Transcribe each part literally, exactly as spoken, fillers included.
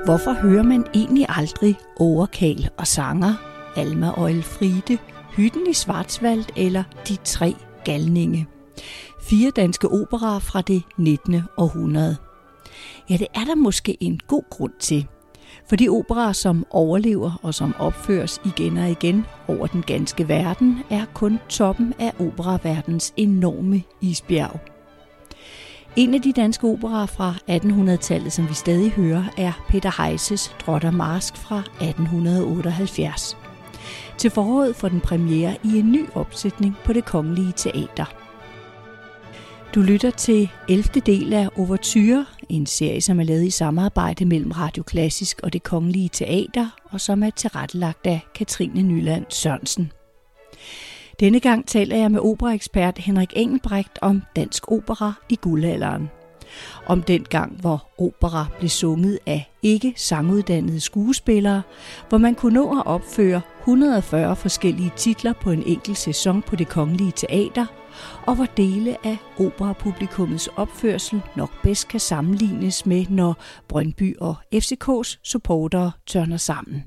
Hvorfor hører man egentlig aldrig Overkarl og Sanger, Alma og Elfride, Hytten i Schwarzwald eller De tre galninge? Fire danske operaer fra det nittende århundrede. Ja, det er der måske en god grund til. For de operaer, som overlever og som opføres igen og igen over den ganske verden, er kun toppen af operaverdens enorme isbjerg. En af de danske operaer fra attenhundredetallet, som vi stadig hører, er Peter Heys' Drot og Marsk fra atten otteoghalvfjerds. Til foråret får den premiere i en ny opsætning på Det Kongelige Teater. Du lytter til ellevte del af Ouverture, en serie, som er lavet i samarbejde mellem Radio Klassisk og Det Kongelige Teater, og som er tilrettelagt af Katrine Nyland Sørensen. Denne gang taler jeg med operaekspert Henrik Engelbrecht om dansk opera i guldalderen. Om den gang, hvor opera blev sunget af ikke sanguddannede skuespillere, hvor man kunne nå at opføre et hundrede og fyrre forskellige titler på en enkelt sæson på Det Kongelige Teater, og hvor dele af operapublikummets opførsel nok bedst kan sammenlignes med, når Brøndby og F C K's supportere tørner sammen.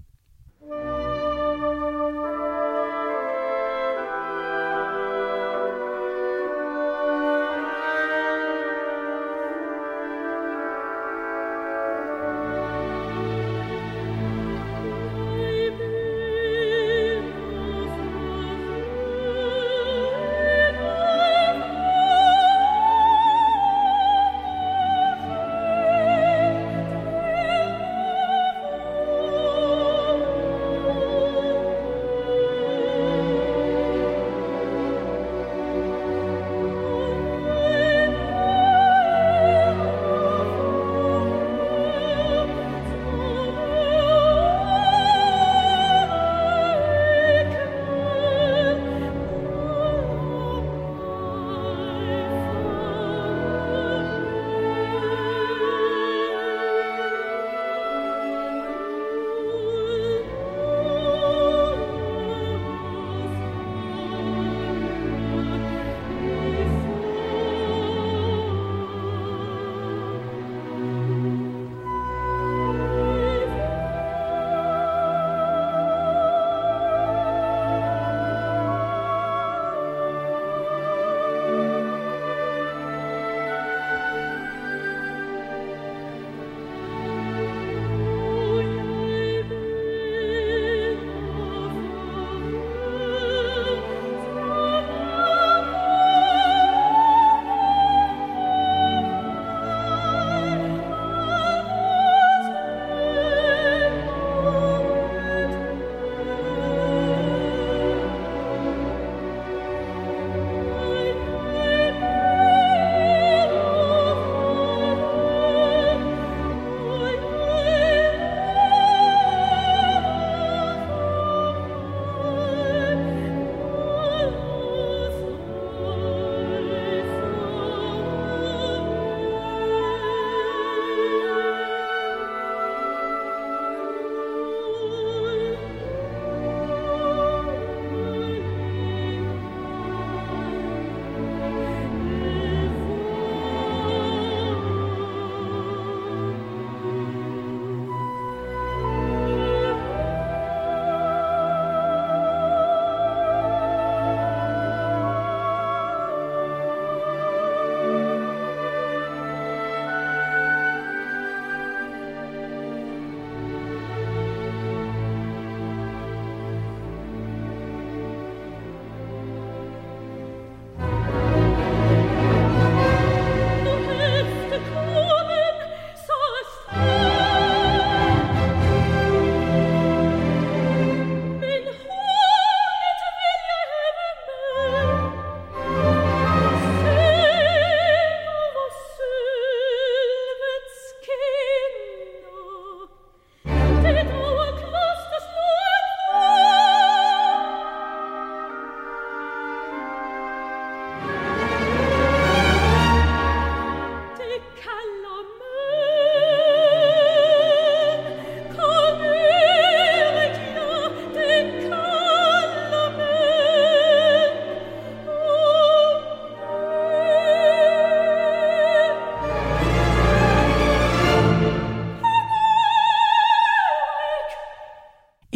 Oh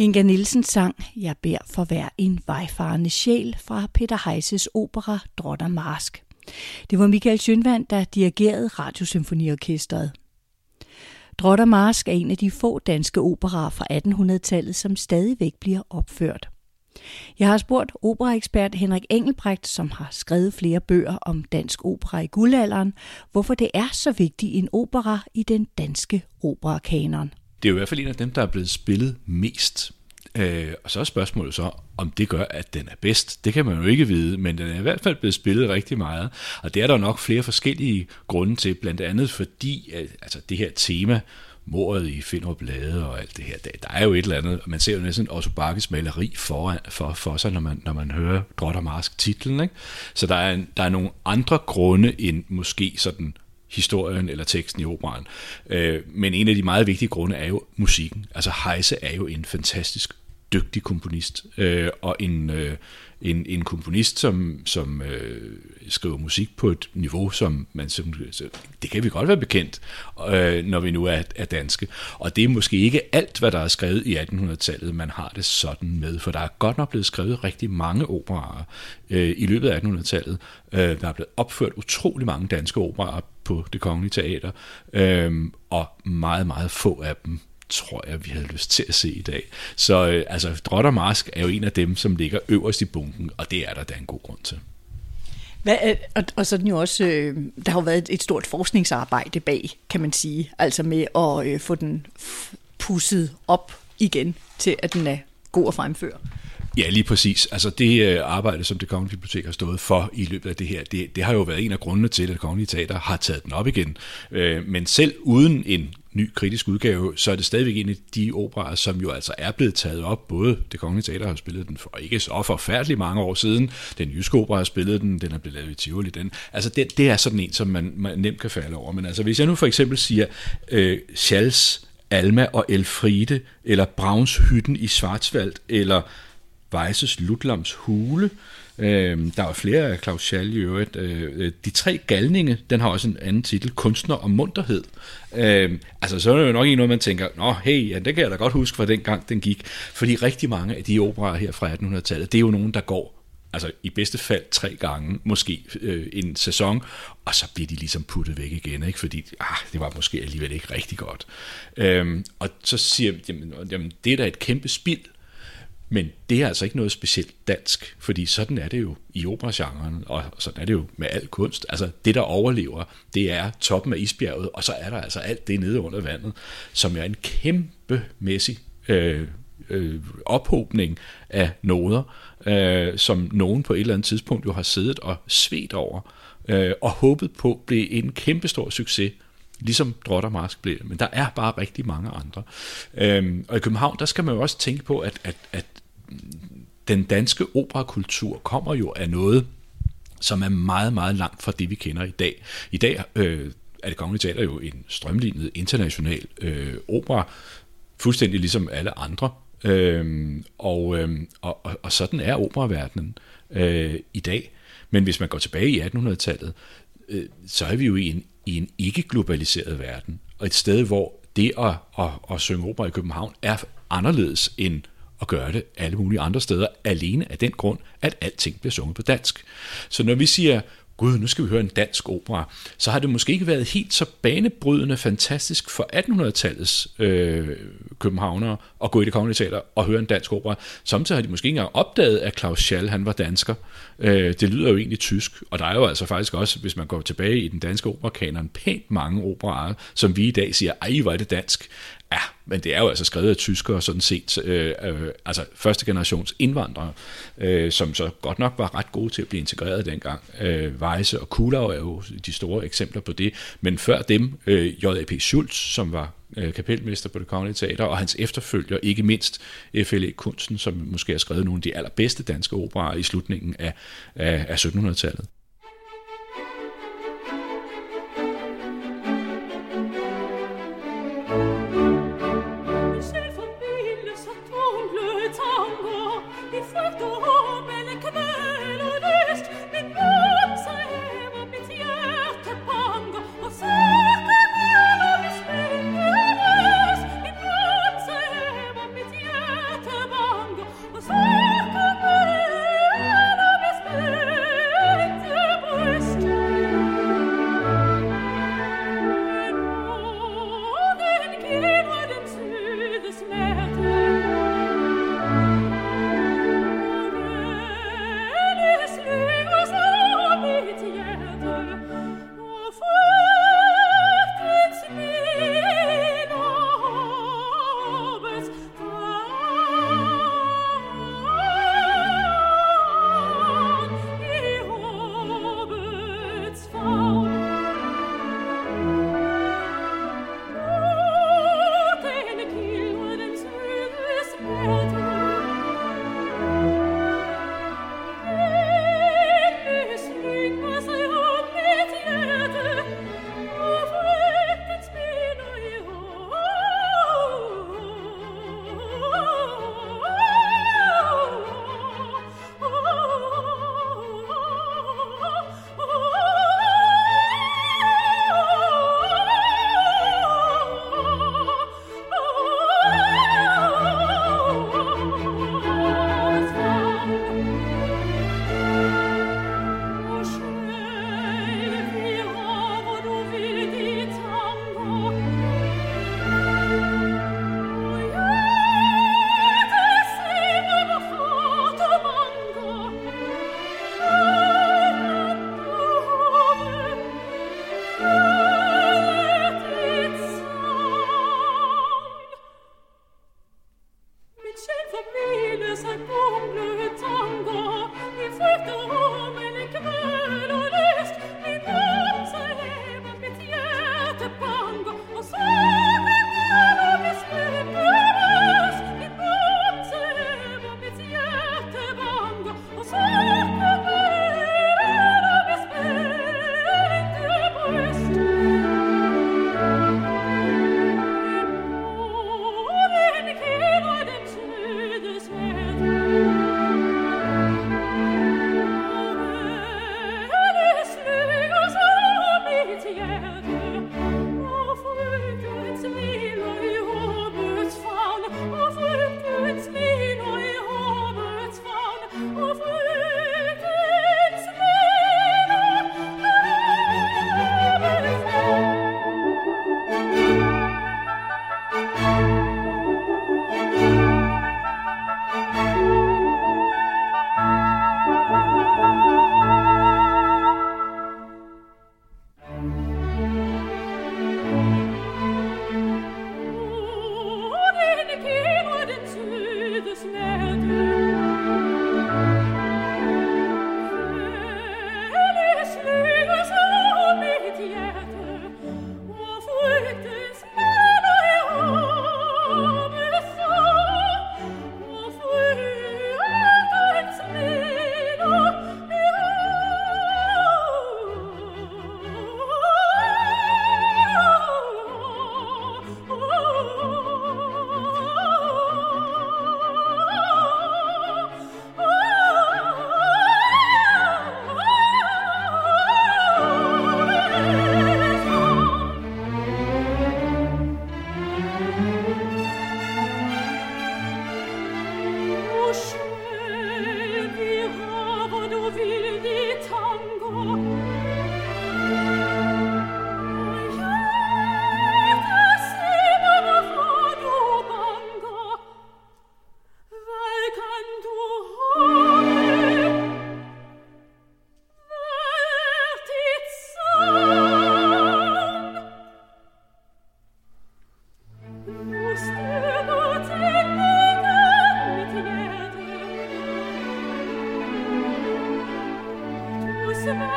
Inga Nielsen sang Jeg beder for hver en vejfarende sjæl fra Peter Heises opera Drot og Marsk. Det var Michael Schønwandt, der dirigerede Radiosymfoniorkestret. Drot og Marsk er en af de få danske operaer fra attenhundredetallet, som stadigvæk bliver opført. Jeg har spurgt operaekspert Henrik Engelbrecht, som har skrevet flere bøger om dansk opera i guldalderen, hvorfor det er så vigtig en opera i den danske operakanon. Det er jo i hvert fald en af dem, der er blevet spillet mest. Øh, og så er spørgsmålet så, om det gør, at den er bedst. Det kan man jo ikke vide, men den er i hvert fald blevet spillet rigtig meget. Og det er der nok flere forskellige grunde til, blandt andet fordi at, altså det her tema, mordet i Finderup Lade og alt det her, der, der er jo et eller andet, og man ser jo næsten Otto Bakkes maleri for, for, for sig, når man, når man hører Drot og Marsk titlen, ikke? Så der er, der er nogle andre grunde end måske sådan historien eller teksten i operaen. Øh, men en af de meget vigtige grunde er jo musikken. Altså Heise er jo en fantastisk dygtig komponist, øh, og en, øh, en, en komponist, som, som øh, skriver musik på et niveau, som man simpelthen, det kan vi godt være bekendt, øh, når vi nu er, er danske. Og det er måske ikke alt, hvad der er skrevet i attenhundredetallet, man har det sådan med, for der er godt nok blevet skrevet rigtig mange operaer øh, i løbet af attenhundredetallet. Øh, der er blevet opført utrolig mange danske operaer på Det Kongelige Teater, øh, og meget, meget få af dem tror jeg, vi havde lyst til at se i dag. Så øh, altså, Drot og Marsk er jo en af dem, som ligger øverst i bunken, og det er der da en god grund til. Hvad, og, og så er den jo også, øh, der har jo været et, et stort forskningsarbejde bag, kan man sige, altså med at øh, få den pusset op igen, til at den er god at fremføre. Ja, lige præcis. Altså det øh, arbejde, som Det Kongelige Bibliotek har stået for i løbet af det her, det, det har jo været en af grundene til, at Det Kongelige Teater har taget den op igen. Øh, men selv uden en ny kritisk udgave, så er det stadigvæk en af de operaer, som jo altså er blevet taget op. Både Det Kongelige Teater har spillet den for ikke så forfærdeligt mange år siden. Den Jyske Opera har spillet den, den er blevet lavet i Tivoli. Den. Altså det, det er sådan en, som man, man nemt kan falde over. Men altså hvis jeg nu for eksempel siger øh, Schalls Alma og Elfriede, eller Brauns Hytten i Schwarzwald, eller Weisses Ludlams Hule. Øh, der var flere af Claus Schall i øvrigt. Øh, De tre galninge, den har også en anden titel, Kunstner og munterhed. Øh, altså så er det jo nok ikke noget, man tænker, nå hey, ja, det kan jeg da godt huske fra den gang, den gik. Fordi rigtig mange af de operaer her fra attenhundredetallet, det er jo nogen, der går altså i bedste fald tre gange, måske øh, en sæson, og så bliver de ligesom puttet væk igen, ikke? Fordi ah, det var måske alligevel ikke rigtig godt. Øh, og så siger jeg, jamen, jamen, det er da et kæmpe spild. Men det er altså ikke noget specielt dansk, fordi sådan er det jo i operagenren, og sådan er det jo med al kunst. Altså det, der overlever, det er toppen af isbjerget, og så er der altså alt det nede under vandet, som er en kæmpemæssig øh, øh, ophobning af noder, øh, som nogen på et eller andet tidspunkt jo har siddet og svedt over, øh, og håbet på blev en kæmpestor succes, ligesom Drot og Marsk blev det. Men der er bare rigtig mange andre. Øhm, og i København, der skal man jo også tænke på, at, at, at den danske operakultur kommer jo af noget, som er meget, meget langt fra det, vi kender i dag. I dag øh, er Det Kongelige Teater jo en strømlignet international øh, opera, fuldstændig ligesom alle andre. Øhm, og, øhm, og, og, og sådan er operaverdenen øh, i dag. Men hvis man går tilbage i attenhundredetallet, øh, så er vi jo i en i en ikke-globaliseret verden, og et sted, hvor det at, at, at synge opera i København er anderledes end at gøre det alle mulige andre steder, alene af den grund, at alting bliver sunget på dansk. Så når vi siger, gud, nu skal vi høre en dansk opera, så har det måske ikke været helt så banebrydende fantastisk for attenhundredetallets øh, københavnere at gå i Det Kongelige Teater og høre en dansk opera. Samtidig har de måske ikke engang opdaget, at Claus Schall, han var dansker. Øh, det lyder jo egentlig tysk, og der er jo altså faktisk også, hvis man går tilbage i den danske operakanon, pænt mange operaer, som vi i dag siger, ej, hvor er det dansk. Ja, men det er jo altså skrevet af tyskere, sådan set, øh, øh, altså første generations indvandrere, øh, som så godt nok var ret gode til at blive integreret dengang. Øh, Weisse og Kuhlau er jo de store eksempler på det, men før dem, øh, J A P Schultz, som var øh, kapelmester på Det Kongelige Teater, og hans efterfølger, ikke mindst F L E Kunsten, som måske har skrevet nogle af de allerbedste danske operaer i slutningen af, af, af syttenhundredetallet. Hjerte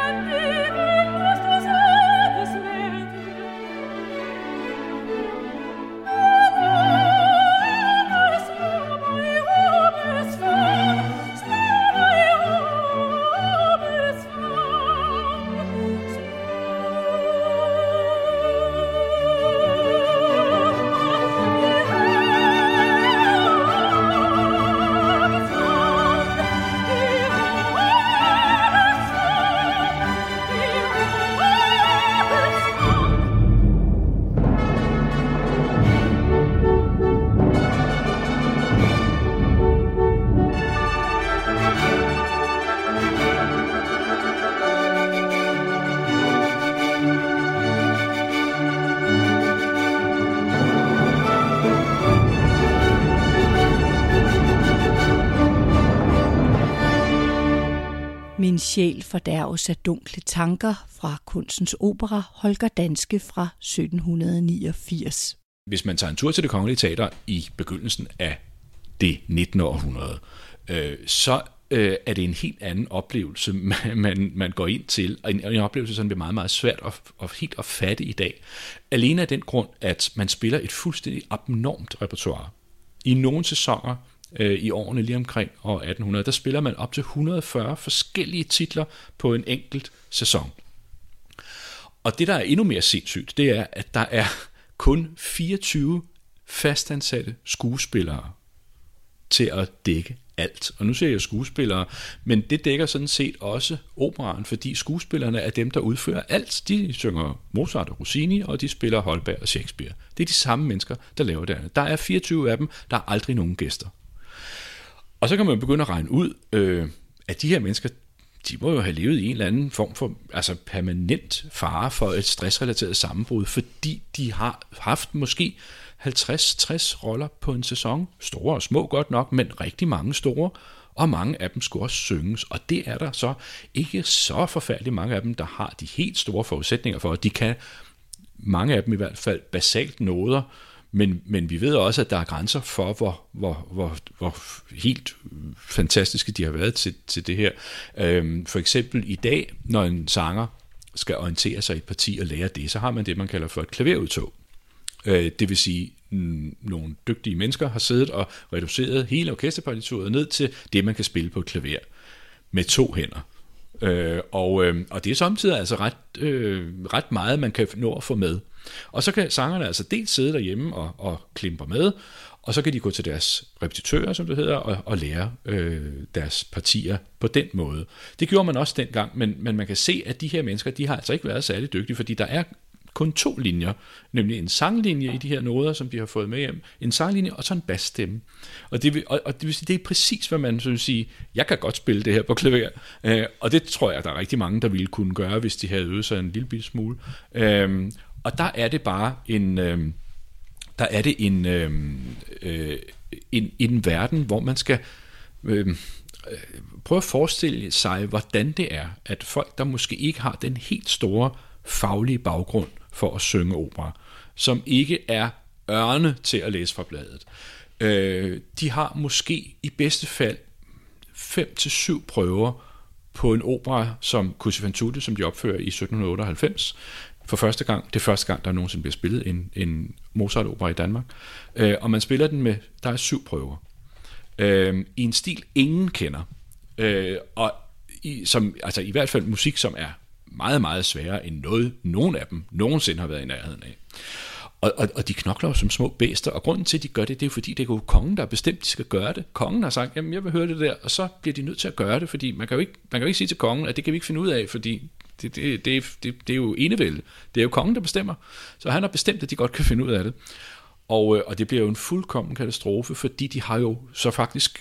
Min sjæl fordærves af dunkle tanker fra Kunstens Opera, Holger Danske fra sytten niogfirs. Hvis man tager en tur til Det Kongelige Teater i begyndelsen af det nittende århundrede, øh, så øh, er det en helt anden oplevelse, man, man går ind til, og en, en oplevelse, som bliver meget, meget svært at, at helt at fatte i dag. Alene af den grund, at man spiller et fuldstændig abnormt repertoire. I nogle sæsoner, i årene lige omkring år atten hundrede, der spiller man op til et hundrede og fyrre forskellige titler på en enkelt sæson. Og det, der er endnu mere sindssygt, det er, at der er kun fireogtyve fastansatte skuespillere til at dække alt. Og nu siger jeg skuespillere, men det dækker sådan set også operaen, fordi skuespillerne er dem, der udfører alt. De synger Mozart og Rossini, og de spiller Holberg og Shakespeare. Det er de samme mennesker, der laver det andet. Der er fireogtyve af dem, der er aldrig nogen gæster. Og så kan man begynde at regne ud, øh, at de her mennesker, de må jo have levet i en eller anden form for altså permanent fare for et stressrelateret sammenbrud, fordi de har haft måske halvtreds til tres roller på en sæson. Store og små godt nok, men rigtig mange store, og mange af dem skulle også synges. Og det er der så ikke så forfærdeligt mange af dem, der har de helt store forudsætninger for, at de kan, mange af dem i hvert fald, basalt noder. Men, men vi ved også, at der er grænser for, hvor, hvor, hvor, hvor helt fantastiske de har været til, til det her. Øhm, for eksempel i dag, når en sanger skal orientere sig i et parti og lære det, så har man det, man kalder for et klaverudtog. Øh, det vil sige, n- nogle dygtige mennesker har siddet og reduceret hele orkesterpartituret ned til det, man kan spille på et klaver med to hænder. Øh, og, øh, og det er samtidig altså ret, øh, ret meget, man kan nå at få med. Og så kan sangerne altså dels sidde derhjemme og, og klimpe med, og så kan de gå til deres repetitører, som det hedder, og, og lære øh, deres partier på den måde. Det gjorde man også dengang, men, men man kan se, at de her mennesker, de har altså ikke været særlig dygtige, fordi der er kun to linjer, nemlig en sanglinje i de her noder, som de har fået med hjem, en sanglinje og så en basstemme. Og det, og, og det vil sige, det er præcis, hvad man synes sige, jeg kan godt spille det her på klaver, øh, og det tror jeg, der er rigtig mange, der ville kunne gøre, hvis de havde øvet sig en lille bitte smule. Øh, og der er det bare en, øh, der er det en, øh, øh, en, en verden, hvor man skal øh, prøve at forestille sig, hvordan det er, at folk, der måske ikke har den helt store faglige baggrund for at synge opera, som ikke er ørne til at læse fra bladet. Øh, de har måske i bedste fald fem til syv prøver på en opera som Così fan tutte, som de opfører i sytten otteoghalvfems. For første gang, det er første gang, der nogensinde bliver spillet en, en Mozart-opera i Danmark. Øh, og man spiller den med, der er syv prøver. Øh, I en stil, ingen kender. Øh, og i, som, altså i hvert fald musik, som er meget, meget sværere end noget, nogen af dem nogensinde har været i nærheden af. Og, og, og de knokler jo som små bæster, og grunden til, at de gør det, det er jo fordi, det er jo kongen, der har bestemt, de skal gøre det. Kongen har sagt, jamen jeg vil høre det der, og så bliver de nødt til at gøre det, fordi man kan jo ikke, man kan jo ikke sige til kongen, at det kan vi ikke finde ud af, fordi det, det, det, det, det er jo enevælde. Det er jo kongen, der bestemmer. Så han har bestemt, at de godt kan finde ud af det. Og, og det bliver jo en fuldkommen katastrofe, fordi de har jo så faktisk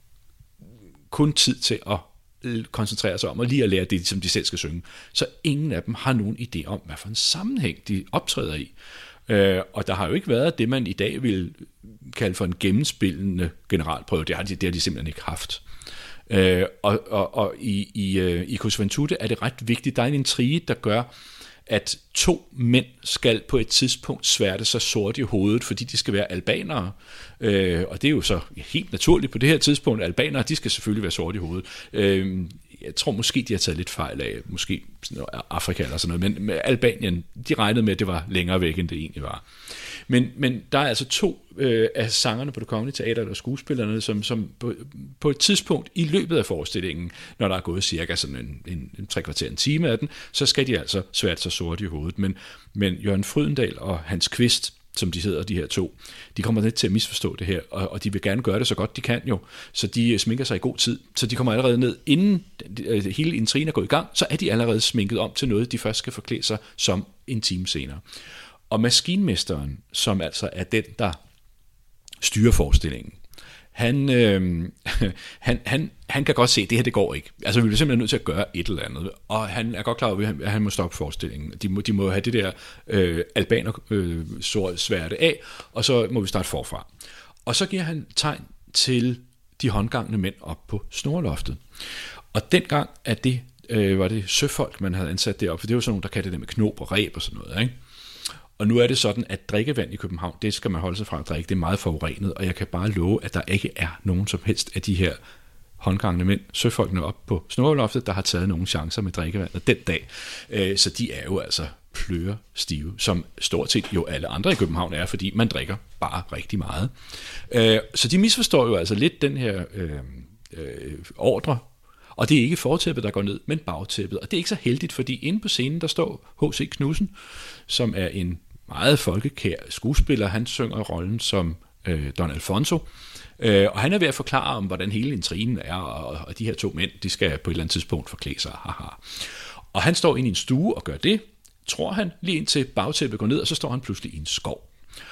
kun tid til at koncentrere sig om, og lige at lære det, som de selv skal synge. Så ingen af dem har nogen idé om, hvad for en sammenhæng de optræder i. Øh, og der har jo ikke været det, man i dag vil kalde for en gennemspillende generalprøve. Det har de, det har de simpelthen ikke haft. Øh, og og, og i, i, i Così fan tutte er det ret vigtigt. Der er en intrige, der gør, at to mænd skal på et tidspunkt sværte sig sort i hovedet, fordi de skal være albanere. Øh, og det er jo så helt naturligt på det her tidspunkt. Albanere, de skal selvfølgelig være sort i hovedet. Øh, jeg tror måske, de har taget lidt fejl af, måske Afrika eller sådan noget, men med Albanien, de regnede med, at det var længere væk, end det egentlig var. Men, men der er altså to øh, af sangerne på Det Kongelige Teater, og skuespillerne, som, som på, på et tidspunkt i løbet af forestillingen, når der er gået cirka sådan en, en, en tre kvarter, en time af den, så skal de altså svært sig sort i hovedet. Men, men Jørgen Frydendal og Hans Kvist, som de hedder, de her to, de kommer lidt til at misforstå det her, og, og de vil gerne gøre det så godt de kan jo, så de sminker sig i god tid, så de kommer allerede ned, inden hele intrigen er gået i gang, så er de allerede sminket om til noget, de først skal forklæde sig som en time senere. Og maskinmesteren, som altså er den, der styrer forestillingen, han, øh, han, han, han kan godt se, at det her det går ikke. Altså vi bliver simpelthen nødt til at gøre et eller andet. Og han er godt klar over, at han må stoppe forestillingen. De må, de må have det der øh, albaner øh, sværte af, og så må vi starte forfra. Og så giver han tegn til de håndgangne mænd op på snorloftet. Og dengang at det, øh, var det søfolk, man havde ansat deroppe, for det var sådan nogle, der kan det der med knop og reb og sådan noget, ikke? Og nu er det sådan, at drikkevand i København, det skal man holde sig fra at drikke, det er meget forurenet, og jeg kan bare love, at der ikke er nogen som helst af de her håndgangne mænd, søfolkene op på snorloftet, der har taget nogle chancer med drikkevandet den dag. Så de er jo altså pløre stive, som stort set jo alle andre i København er, fordi man drikker bare rigtig meget. Så de misforstår jo altså lidt den her øh, øh, ordre, og det er ikke fortæppet, der går ned, men bagtæppet. Og det er ikke så heldigt, fordi inde på scenen, der står H C Knudsen, som er en meget folkekær skuespiller. Han synger rollen som øh, Don Alfonso. Øh, og han er ved at forklare om, hvordan hele intrigen er, og, og de her to mænd, de skal på et eller andet tidspunkt forklæde sig. Haha. Og han står inde i en stue og gør det, tror han, lige indtil bagtæppet går ned, og så står han pludselig i en skov.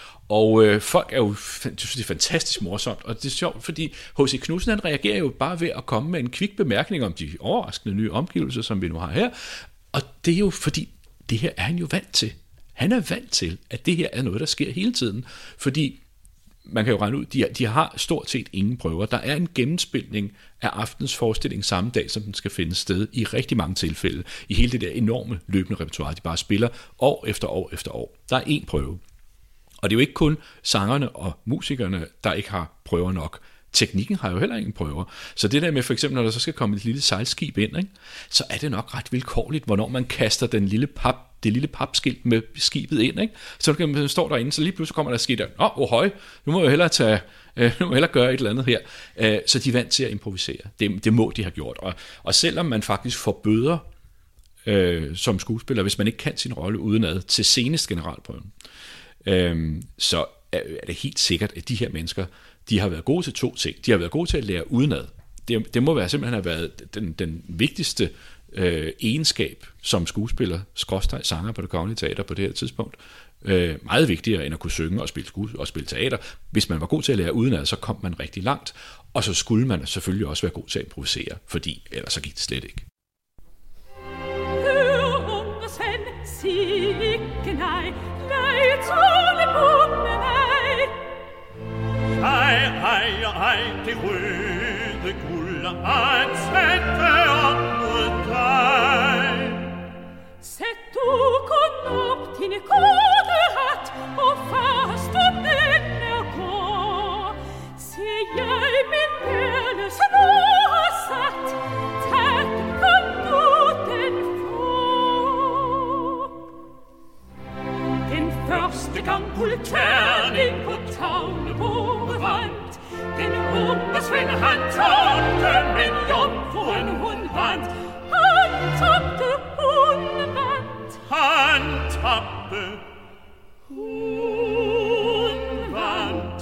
Og øh, folk er jo, det er fantastisk morsomt, og det er sjovt, fordi H C Knudsen, han reagerer jo bare ved at komme med en kvik bemærkning om de overraskende nye omgivelser, som vi nu har her. Og det er jo fordi, det her er han jo vant til. Han er vant til, at det her er noget, der sker hele tiden. Fordi, man kan jo regne ud, de, de har stort set ingen prøver. Der er en gennemspilning af aftens forestilling samme dag, som den skal finde sted i rigtig mange tilfælde. I hele det der enorme løbende repertoire, de bare spiller år efter år efter år. Der er én prøve. Og det er jo ikke kun sangerne og musikerne, der ikke har prøver nok. Teknikken har jo heller ingen prøver. Så det der med for eksempel, når der så skal komme et lille sejlskib ind, ikke, så er det nok ret vilkårligt, hvornår man kaster den lille pap, det lille papskilt med skibet ind. Ikke? Så kan man stå derinde, så lige pludselig kommer der skidt der. Åh, oh, høj, nu må jeg hellere tage, øh, nu må jeg hellere gøre et eller andet her. Øh, så de er vant til at improvisere. Det, det må de have gjort. Og, og selvom man faktisk får bøder øh, som skuespiller, hvis man ikke kan sin rolle udenad til senest generalprøven, øh, så er det helt sikkert, at de her mennesker, de har været gode til to ting. De har været gode til at lære udenad. Det, det må være simpelthen have været den, den vigtigste øh, egenskab som skuespiller, skråstreg sanger på Det Kongelige Teater på det her tidspunkt. Øh, meget vigtigere end at kunne synge og spille, skues- og spille teater. Hvis man var god til at lære udenad, så kom man rigtig langt. Og så skulle man selvfølgelig også være god til at improvisere, fordi ellers så gik det slet ikke. Ej, ej, ej, det røde guld, ansætte op mod dig. Sæt du kun op din gode hat, og fast om den er går. Se jeg min perle snå har sat, tæt kan du den få. Den første gang guldterning på tavlebordet vandt, den unge Svend han tabte, men jomfruen hun vandt. Han tabte, hun vandt. Han tabte, hun vandt.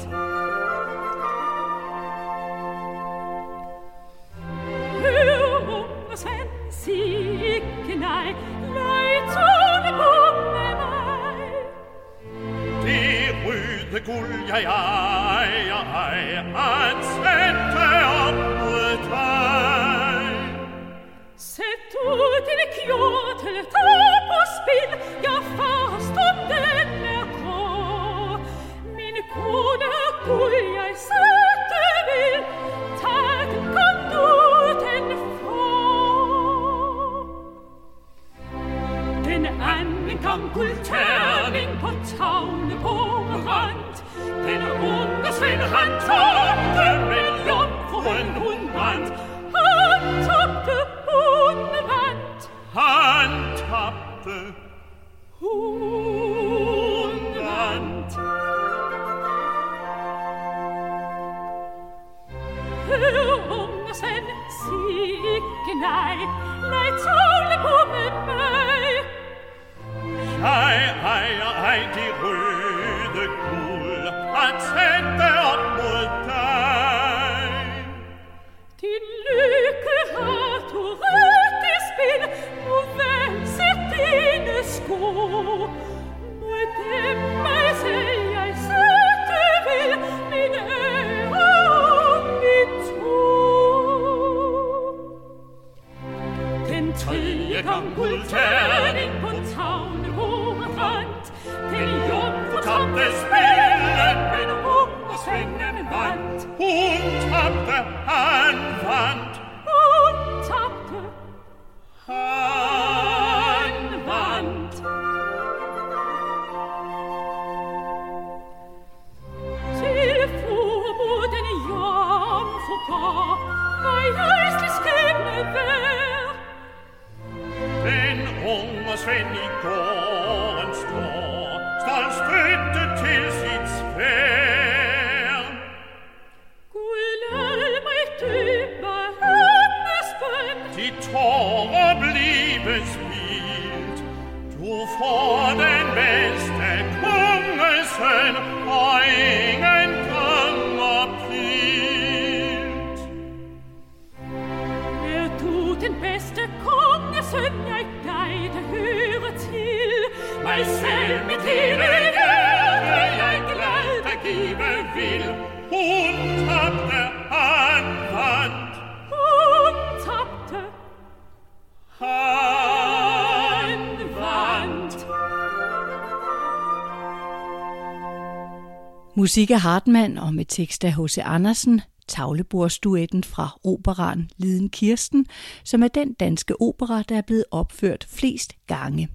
Hør, unge Svend, sig ikke nej, nej, tåle på med mig. det røde guld, jeg ejer, ejer, ansætte op mod dig. Sæt du din kjortel, tag på spil, jeg fast om den er grå. Min kone er guld, jeg sætte vil, tak kan du den få. Den anden gang guldterning på tavle på rand. Den unge Svend han tabte, men jomfruen hun vandt. Han tabte, hun Han tabte, hun vandt. Hør, unge Svend, sig ikke nej, nej, tåle på med mig. Jeg ejer ej de røde guld, at sætte op mod dig. Din lykke har du ret i spil, nu vel sæt dine sko. Mod dem mig selv jeg sætte vil, min ære og min tro. Den tredje gang guldterning på tavle hovedrand, den jomfru tabte spillet, men unge Svenden vandt. Hun tabte, han vandt. Hun tabte, Han vandt. Til formoden jomfru går, var jøslig skæbne vær. Den unge Svend i gården står, stolt støtte til sit sværd. Gud lad mig døbe hendes bøn. De tårer blive spildt. Du får den bedste kongesøn, og ingen konger pilt. Er du den bedste kongesøn, jeg dig, der hører til? Mig selv mit hele hjerte, jeg glad at give vil. Hun tabte, han vandt. Hun tabte, Han vandt. Musik af Hartmann og med tekst af H C Andersen, Tavlebordsduetten fra operaen Liden Kirsten, som er den danske opera, der er blevet opført flest gange.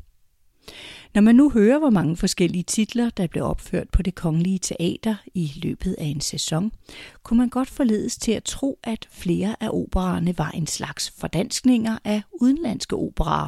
Når man nu hører, hvor mange forskellige titler, der blev opført på Det Kongelige Teater i løbet af en sæson, kunne man godt forledes til at tro, at flere af operaerne var en slags fordanskninger af udenlandske operaer.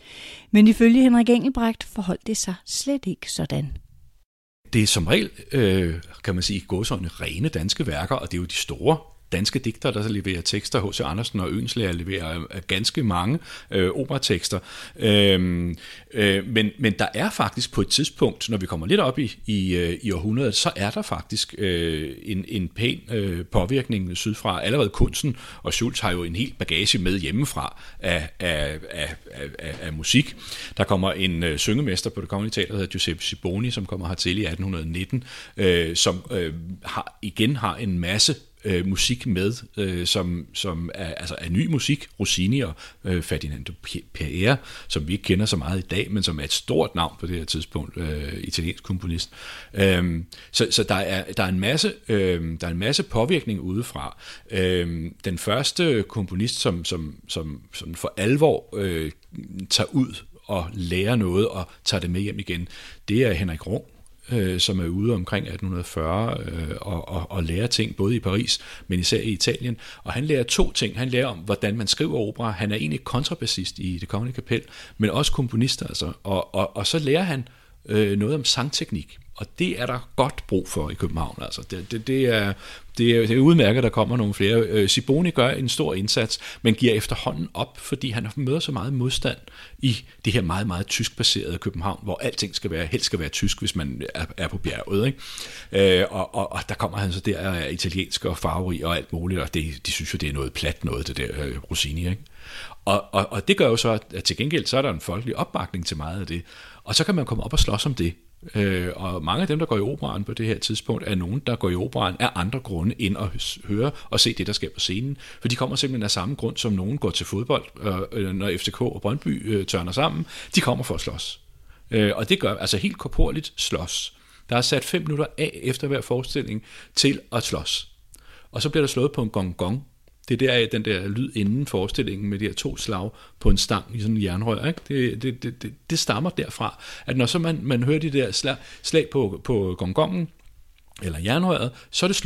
Men ifølge Henrik Engelbrecht forholdt det sig slet ikke sådan. Det er som regel, øh, kan man sige, gåsøjne rene danske værker, og det er jo de store danske digtere, der leverer tekster. H C Andersen og Oehlenschläger leverer ganske mange øh, operatekster. Øhm, øh, men, men der er faktisk på et tidspunkt, når vi kommer lidt op i, i, i århundredet, så er der faktisk øh, en, en pæn øh, påvirkning sydfra. Allerede Kunsten og Schultz har jo en hel bagage med hjemmefra af, af, af, af, af musik. Der kommer en øh, syngemester på Det Kongelige Teater, der hedder Giuseppe Siboni, som kommer hertil i atten nitten, øh, som øh, har, igen har en masse Øh, musik med, øh, som, som er, altså er ny musik. Rossini og øh, Ferdinando Pierre, som vi ikke kender så meget i dag, men som er et stort navn på det her tidspunkt, øh, italiensk komponist. Øh, så så der, er, der, er en masse, øh, der er en masse påvirkning udefra. Øh, den første komponist, som, som, som, som for alvor øh, tager ud og lærer noget og tager det med hjem igen, det er Henrik Rung, som er ude omkring atten fyrre øh, og, og, og lærer ting, både i Paris, men især i Italien. Og han lærer to ting. Han lærer om, hvordan man skriver opera. Han er egentlig kontrabassist i Det Kongelige Kapel, men også komponist. Altså. Og, og, og så lærer han øh, noget om sangteknik. Og det er der godt brug for i København. Altså. Det, det, det, er, det, er, det er udmærket, at der kommer nogle flere. Øh, Siboni gør en stor indsats, men giver efterhånden op, fordi han møder så meget modstand i det her meget, meget tyskbaserede København, hvor alting skal være, helst skal være tysk, hvis man er, er på bjerget. Ikke? Øh, og, og, og der kommer han så der er italiensk og farverig og alt muligt, og det, de synes jo, det er noget plat noget, det der øh, Rossini. Ikke? Og, og, og det gør jo så, at til gengæld så er der en folkelig opbakning til meget af det. Og så kan man komme op og slås om det. Øh, og mange af dem, der går i operaen på det her tidspunkt, er nogen, der går i operaen af andre grunde, end at høre og se det, der sker på scenen. For de kommer simpelthen af samme grund, som nogen går til fodbold, øh, når F C K og Brøndby øh, tørner sammen. De kommer for at slås. Øh, og det gør altså helt korporligt slås. Der er sat fem minutter af efter hver forestilling til at slås. Og så bliver der slået på en gong-gong. Det er der, den der lyd inden forestillingen med de her to slag på en stang i sådan en jernrør. Ikke? Det, det, det, det, det stammer derfra, at når så man, man hører de der slag, slag på, på gongongen eller jernrøret, så er det slut.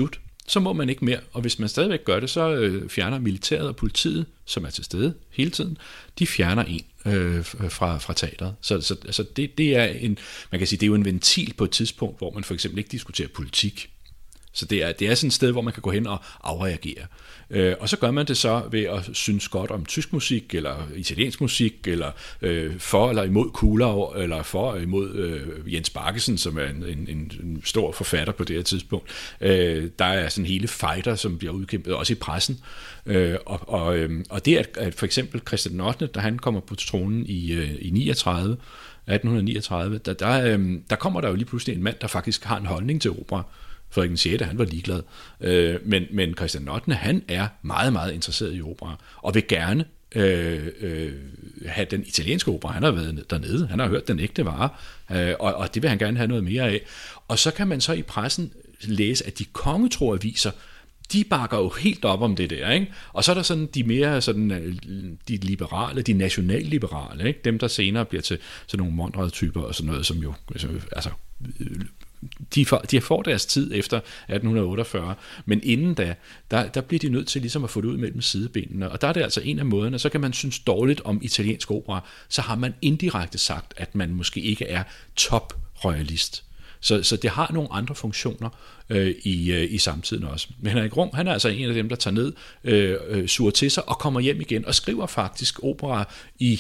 så må man ikke mere. Og hvis man stadigvæk gør det, så øh, fjerner militæret og politiet, som er til stede hele tiden, de fjerner en øh, fra, fra teatret. Så, så altså det, det er en, man kan sige, det er jo en ventil på et tidspunkt, hvor man for eksempel ikke diskuterer politik. Så det er, det er sådan et sted, hvor man kan gå hen og afreagere. Øh, og så gør man det så ved at synes godt om tysk musik, eller italiensk musik, eller øh, for eller imod Kuhlau, eller for og imod øh, Jens Baggesen, som er en, en, en stor forfatter på det her tidspunkt. Øh, der er sådan hele fighter, som bliver udkæmpet, også i pressen. Øh, og, og, øh, og det er at for eksempel Christian den ottende, da han kommer på tronen i, øh, i niogtredive, atten niogtredive, der, der, øh, der kommer der jo lige pludselig en mand, der faktisk har en holdning til opera. Frederik den sjette, han var ligeglad. Øh, men, men Christian den ottende, han er meget, meget interesseret i opera, og vil gerne øh, øh, have den italienske opera. Han har været dernede, han har hørt den ægte vare, øh, og, og det vil han gerne have noget mere af. Og så kan man så i pressen læse, at de kongetroaviser, de bakker jo helt op om det der, ikke? Og så er der sådan de mere sådan de liberale, de nationalliberale, ikke? Dem der senere bliver til sådan nogle Monrad-typer og sådan noget, som jo altså de får, de får deres tid efter atten otteogfyrre, men inden da, der, der bliver de nødt til ligesom at få det ud mellem sidebenene, og der er det altså en af måderne. Så kan man synes dårligt om italiensk opera, så har man indirekte sagt, at man måske ikke er top-royalist. Så, så det har nogle andre funktioner øh, i, øh, i samtiden også. Men Henrik Rum, han er altså en af dem, der tager ned, øh, øh, suger til sig og kommer hjem igen og skriver faktisk opera i,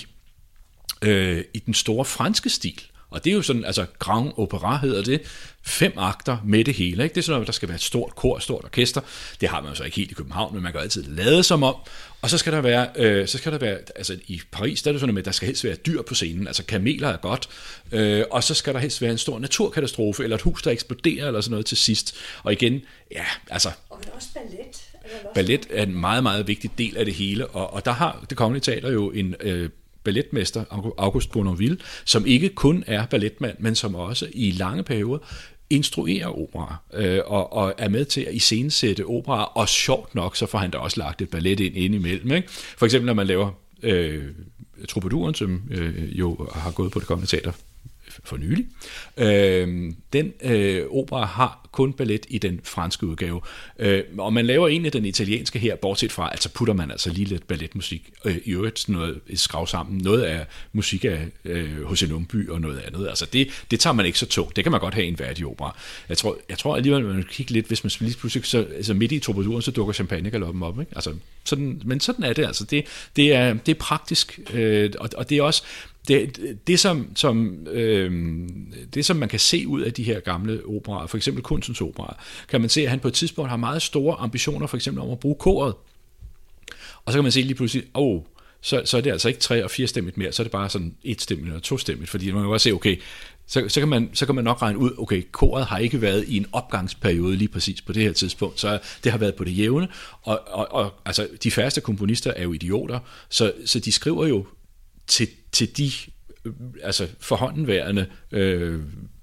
øh, i den store franske stil. Og det er jo sådan, altså Grand Opera hedder det, fem akter med det hele. Ikke? Det er sådan noget, der skal være et stort kor, et stort orkester. Det har man jo så ikke helt i København, men man kan altid lade som om. Og så skal der være, øh, så skal der være, altså i Paris, der er det sådan med, at der skal helst være dyr på scenen, altså kameler er godt, øh, og så skal der helst være en stor naturkatastrofe, eller et hus, der eksploderer, eller sådan noget til sidst. Og igen, ja, altså... Og men også ballet. Ballet er en meget, meget vigtig del af det hele, og, og der har Det Kongelige Teater jo en... Øh, balletmester, August Bournonville, som ikke kun er balletmand, men som også i lange perioder instruerer opera, øh, og, og er med til at iscenesætte opera, og sjovt nok, så får han da også lagt et ballet ind indimellem. Ikke? For eksempel, når man laver øh, Troubadouren, som øh, jo har gået på Det Kongelige Teater for nylig. Øh, den øh, opera har kun ballet i den franske udgave. Øh, og man laver egentlig den italienske her, bortset fra, altså putter man altså lige lidt balletmusik, øh, i øvrigt noget skrav sammen. Noget af musik af øh, H C Lumbye og noget andet. Altså det, det tager man ikke så tungt. Det kan man godt have i en værdig opera. Jeg tror, jeg tror alligevel, man kan kigge lidt, hvis man lige pludselig, så altså midt i Troubadouren, så dukker champagnegaloppen op. Ikke? Altså, sådan, men sådan er det altså. Det, det, er, det er praktisk, øh, og, og det er også Det, det, som, som, øh, det, som man kan se ud af de her gamle operaer, for eksempel Kunstens operaer, kan man se, at han på et tidspunkt har meget store ambitioner, for eksempel om at bruge koret. Og så kan man se lige pludselig, åh, oh, så, så er det altså ikke tre- og firestemmigt mere, så er det bare sådan etstemmigt eller tostemmigt, fordi man kan godt se, okay, så, så, kan man, så kan man nok regne ud, okay, koret har ikke været i en opgangsperiode lige præcis på det her tidspunkt, så det har været på det jævne, og, og, og altså, de færreste komponister er jo idioter, så, så de skriver jo til, til de øh, altså forhåndenværende øh,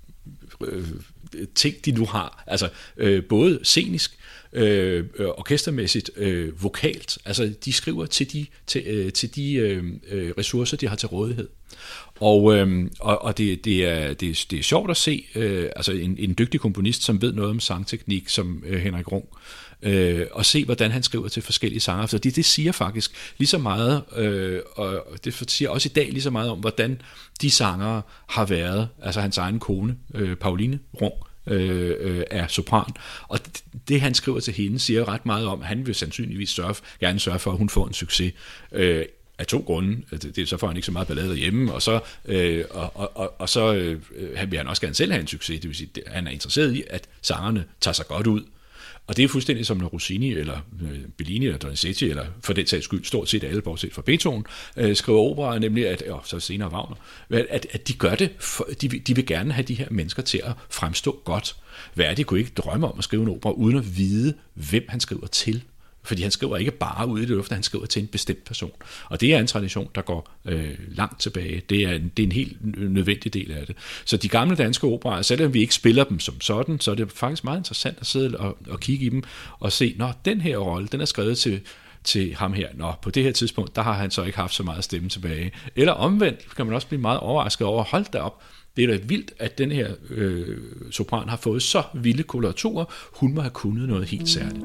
øh, ting, de nu har, altså øh, både scenisk, øh, orkestermæssigt, øh, vokalt, altså de skriver til de, til, øh, til de øh, ressourcer, de har til rådighed. Og, øh, og, og det, det, er, det, er, det er sjovt at se øh, altså en, en dygtig komponist, som ved noget om sangteknik, som øh, Henrik Rung, øh, og se, hvordan han skriver til forskellige sanger. Så det, det siger faktisk lige så meget, øh, og det siger også i dag lige så meget om, hvordan de sangere har været, altså hans egen kone, øh, Pauline Rung, øh, øh, er sopran. Og det, det, han skriver til hende, siger ret meget om, at han vil sandsynligvis sørge, gerne sørge for, at hun får en succes. Øh, af to grunde. Det er så får han ikke så meget ballade derhjemme, og så, øh, og, og, og, og så øh, vil han også gerne selv have en succes. Det vil sige, at han er interesseret i, at sangerne tager sig godt ud. Og det er fuldstændig som når Rossini, eller øh, Bellini, eller Donizetti, eller for den sags skyld stort set alle, bortset fra Beethoven, øh, skriver opera, nemlig at, og så senere Wagner, at, at de gør det, for, de, de vil gerne have de her mennesker til at fremstå godt. Verdi kunne ikke drømme om at skrive en opera, uden at vide, hvem han skriver til. Fordi han skriver ikke bare ud i det luften, han skriver til en bestemt person. Og det er en tradition, der går øh, langt tilbage. Det er, en, det er en helt nødvendig del af det. Så de gamle danske operaer, selvom vi ikke spiller dem som sådan, så er det faktisk meget interessant at sidde og, og kigge i dem og se, nå, den her rolle, den er skrevet til, til ham her. Nå, på det her tidspunkt, der har han så ikke haft så meget stemme tilbage. Eller omvendt kan man også blive meget overrasket over, hold da op, det er da vildt, at den her øh, sopran har fået så vilde koloraturer. Hun må have kunnet noget helt særligt.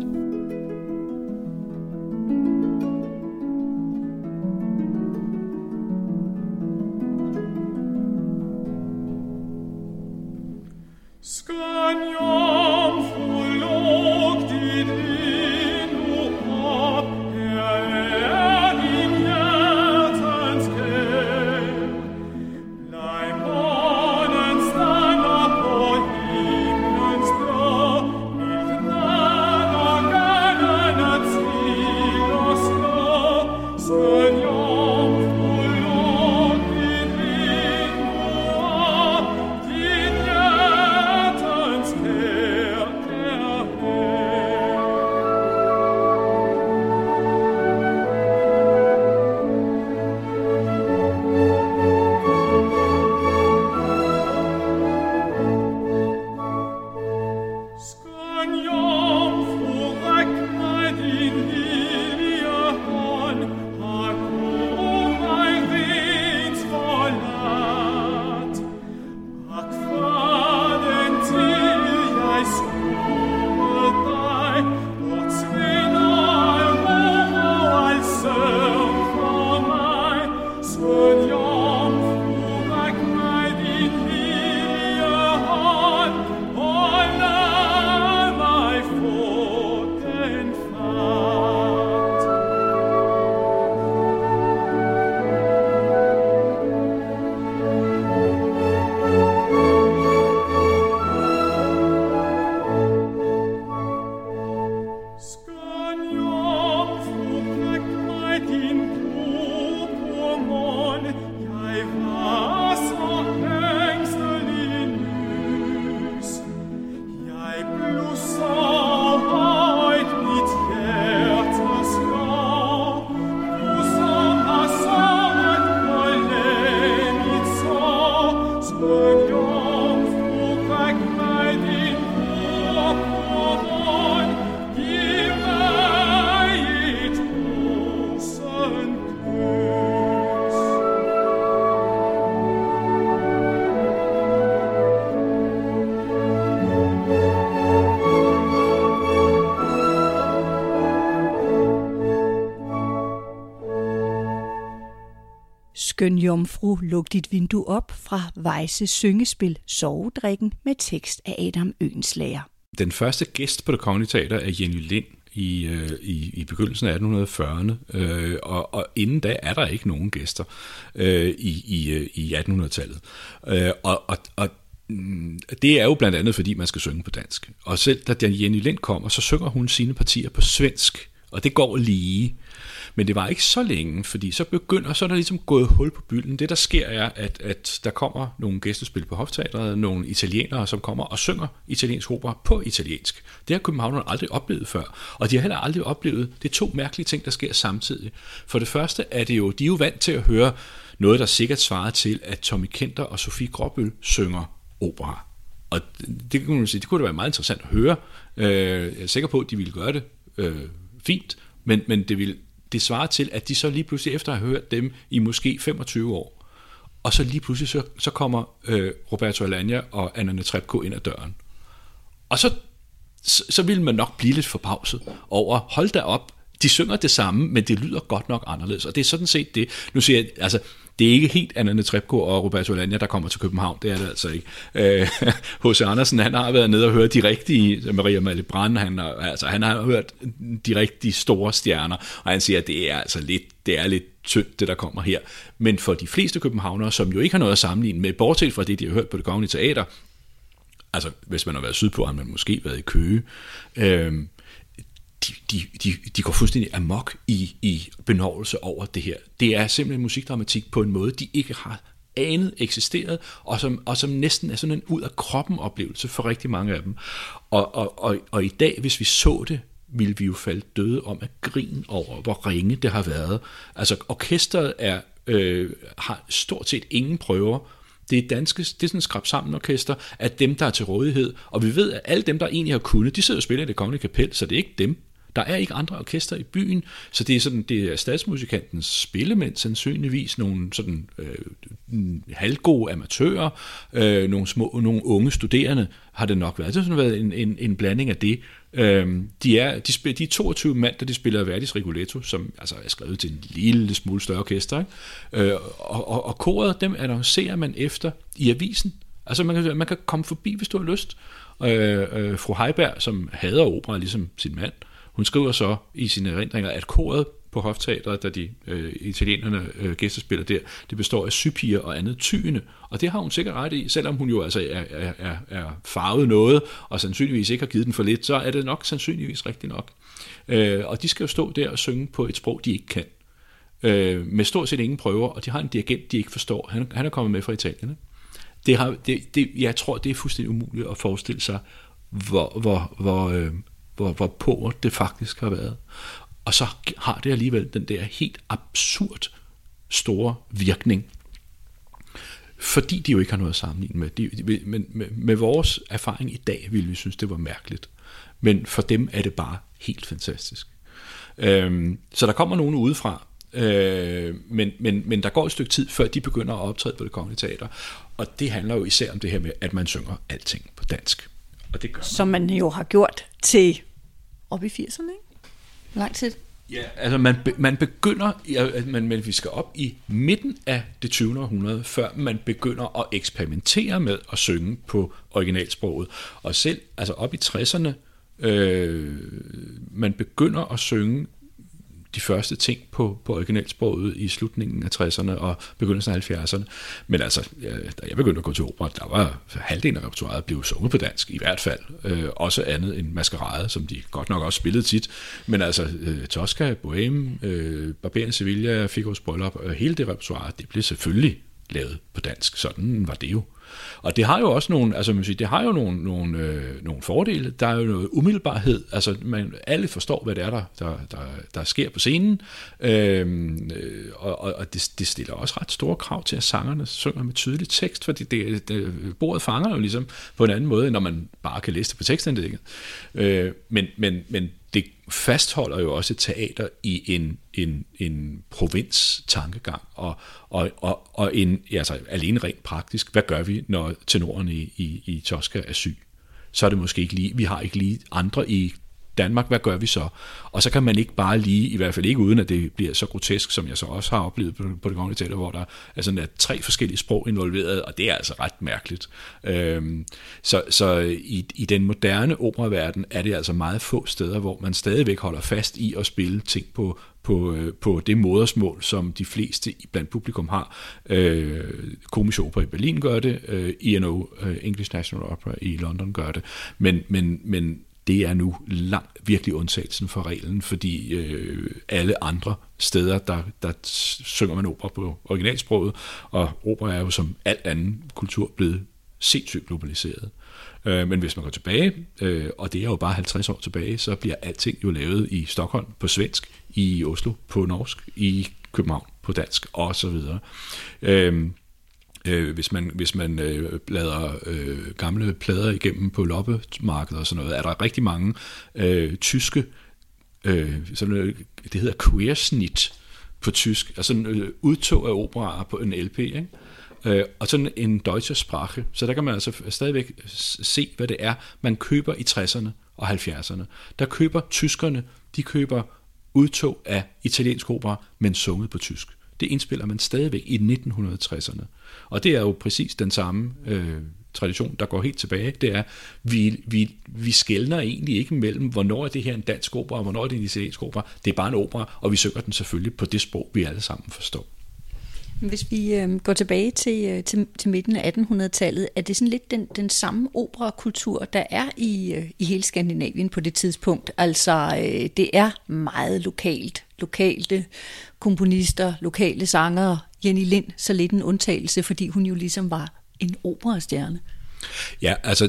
Skøn jomfru, luk dit vindue op fra Weisse syngespil Sovedrikken med tekst af Adam Oehlenschläger. Den første gæst på Det Kongelige Teater er Jenny Lind i, øh, i, i begyndelsen af atten fyrrerne, øh, og, og inden da er der ikke nogen gæster øh, i, i, i attenhundredetallet. Øh, og, og, og det er jo blandt andet, fordi man skal synge på dansk. Og selv da Jenny Lind kommer, så synger hun sine partier på svensk, og det går lige. Men det var ikke så længe, fordi så begynder, så er der ligesom gået hul på bylden. Det der sker er, at, at der kommer nogle gæstespil på Hofteatret, nogle italienere, som kommer og synger italiensk opera på italiensk. Det har københavnerne aldrig oplevet før, og de har heller aldrig oplevet, det er to mærkelige ting, der sker samtidig. For det første er det jo, de er jo vant til at høre noget, der sikkert svarer til, at Tommy Kenter og Sofie Gråbøl synger opera. Og det kunne man sige, det kunne da være meget interessant at høre. Jeg er sikker på, at de ville gøre det øh, fint, men, men det ville det svarer til, at de så lige pludselig efter at have hørt dem i måske femogtyve år, og så lige pludselig så, så kommer øh, Roberto Alagna og Anna Netrebko ind ad døren. Og så, så, så vil man nok blive lidt forbavset over, hold da op, de synger det samme, men det lyder godt nok anderledes. Og det er sådan set det. Nu siger jeg, altså, det er ikke helt Anna Netrebko og Roberto Alagna, der kommer til København. Det er det altså ikke. H C Andersen, han har været nede og hørt de rigtige, Maria Malibran, han har, altså, han har hørt de rigtige store stjerner, og han siger, at det er altså lidt, det er lidt tyndt, det der kommer her. Men for de fleste københavnere, som jo ikke har noget at sammenligne med, bortset fra det, de har hørt på Det Kongelige Teater, altså hvis man har været sydpå, har man måske været i Køge, øh, De, de, de, de går fuldstændig amok i, i benovelse over det her. Det er simpelthen musikdramatik på en måde, de ikke har anet eksisteret, og som, og som næsten er sådan en ud af kroppen oplevelse for rigtig mange af dem. Og, og, og, og i dag, hvis vi så det, ville vi jo falde døde om at grine over, hvor ringe det har været. Altså orkestret er, øh, har stort set ingen prøver. Det er danske, det er sådan en skrab sammen orkester af dem, der er til rådighed, og vi ved, at alle dem, der egentlig har kunnet, de sidder og spiller i Det Kongelige Kapel, så det er ikke dem, Der er ikke andre orkester i byen, så det er sådan, det er statsmusikantens spillemænd, sandsynligvis nogle sådan øh, halvgode amatører, øh, nogle små, nogle unge studerende har det nok været. Det har sådan været en, en, en blanding af det. Øh, de, er, de, spiller, de er toogtyve mand, der de spiller Verdis Rigoletto, som altså er skrevet til en lille smule større orkester, ikke? Øh, og, og, og koret, dem annoncerer man efter i avisen. Altså man kan, man kan komme forbi, hvis du har lyst. Øh, øh, fru Heiberg, som hader opera ligesom sin mand, hun skriver så i sine erindringer, at koret på Hofteatret, da de øh, italienerne øh, gæstespiller der, det består af sypiger og andet tyende. Og det har hun sikkert ret i, selvom hun jo altså er, er, er, er farvet noget, og sandsynligvis ikke har givet den for lidt, så er det nok sandsynligvis rigtigt nok. Øh, og de skal jo stå der og synge på et sprog, de ikke kan. Øh, med stort set ingen prøver, og de har en dirigent, de ikke forstår. Han, han er kommet med fra Italien. Det har, det, det, jeg tror, det er fuldstændig umuligt at forestille sig, hvor, hvor, hvor, øh, hvor, hvor på det faktisk har været. Og så har det alligevel den der helt absurd store virkning, fordi de jo ikke har noget at sammenligne med. De, de, med, med, med vores erfaring i dag ville vi synes, det var mærkeligt. Men for dem er det bare helt fantastisk. Øhm, så der kommer nogen udefra, øh, men, men, men der går et stykke tid, før de begynder at optræde på Det Kongelige Teater. Og det handler jo især om det her med, at man synger alting på dansk. Og det gør man. Som man jo har gjort til op i firserne, ikke? Lang tid. Ja, altså man, be, man begynder, man, men vi skal op i midten af det tyvende århundrede, før man begynder at eksperimentere med at synge på originalsproget. Og selv altså op i tresserne, øh, man begynder at synge de første ting på, på originalsproget i slutningen af tresserne og begyndelsen af halvfjerdserne. Men altså, ja, da jeg begyndte at gå til opera, der var halvdelen af repertoiret blev sunget på dansk, i hvert fald. Øh, også andet end Maskerade, som de godt nok også spillede tit. Men altså, øh, Tosca, Bohème, øh, Barberen Sevilla, Figaros Bryllup, øh, hele det repertoire, det blev selvfølgelig lavet på dansk. Sådan var det jo. Og det har jo også nogle, altså man siger, det har jo nogle, nogle, øh, nogle fordele. Der er jo noget umiddelbarhed. Altså man, alle forstår, hvad det er, der, der, der, der sker på scenen. Øhm, øh, og og det, det stiller også ret store krav til, at sangerne synger med tydelig tekst, fordi det, det, bordet fanger jo ligesom på en anden måde, når man bare kan læse det på tekstanlægget. Øh, men, men, men det fastholder jo også teater i en, en, en provins-tankegang, og, og, og, og en, altså alene rent praktisk, hvad gør vi, når tenoren i, i, i Tosca er syg? Så er det måske ikke lige, vi har ikke lige andre i Danmark, hvad gør vi så? Og så kan man ikke bare lige, i hvert fald ikke uden at det bliver så grotesk, som jeg så også har oplevet på, på Det Kongelige Teater, hvor der er sådan er tre forskellige sprog involveret, og det er altså ret mærkeligt. Øhm, så så i, i den moderne operaverden er det altså meget få steder, hvor man stadigvæk holder fast i at spille ting på på, på det modersmål, som de fleste blandt publikum har. Øh, Komische Oper i Berlin gør det, øh, E N O, English National Opera i London gør det, men, men, men det er nu langt virkelig undtagelsen for reglen, fordi øh, alle andre steder, der, der synger man opera på originalsproget, og opera er jo som alt anden kultur blevet sindssygt globaliseret. Øh, men hvis man går tilbage, øh, og det er jo bare halvtreds år tilbage, så bliver alting jo lavet i Stockholm på svensk, i Oslo på norsk, i København på dansk, og så videre. Øh, Øh, hvis man, hvis man øh, bladrer øh, gamle plader igennem på loppemarkedet og sådan noget, er der rigtig mange øh, tyske, øh, sådan, øh, det hedder queersnit på tysk, altså en øh, udtog af operaer på en L P, ikke? Øh, og sådan en deutsche Sprache, så der kan man altså stadigvæk se, hvad det er, man køber i tresserne og halvfjerdserne. Der køber tyskerne, de køber udtog af italiensk opera, men sunget på tysk. Det indspiller man stadigvæk i nitten tresserne. Og det er jo præcis den samme øh, tradition, der går helt tilbage. Det er, vi, vi, vi skelner egentlig ikke mellem, hvornår er det her en dansk opera, og hvornår er det en italiensk opera. Det er bare en opera, og vi synger den selvfølgelig på det sprog, vi alle sammen forstår. Hvis vi øh, går tilbage til, til, til midten af attenhundredetallet, er det sådan lidt den, den samme operakultur, der er i, øh, i hele Skandinavien på det tidspunkt? Altså, øh, det er meget lokalt. Lokale komponister, lokale sangere. Jenny Lind, så lidt en undtagelse, fordi hun jo ligesom var en operastjerne. Ja, altså,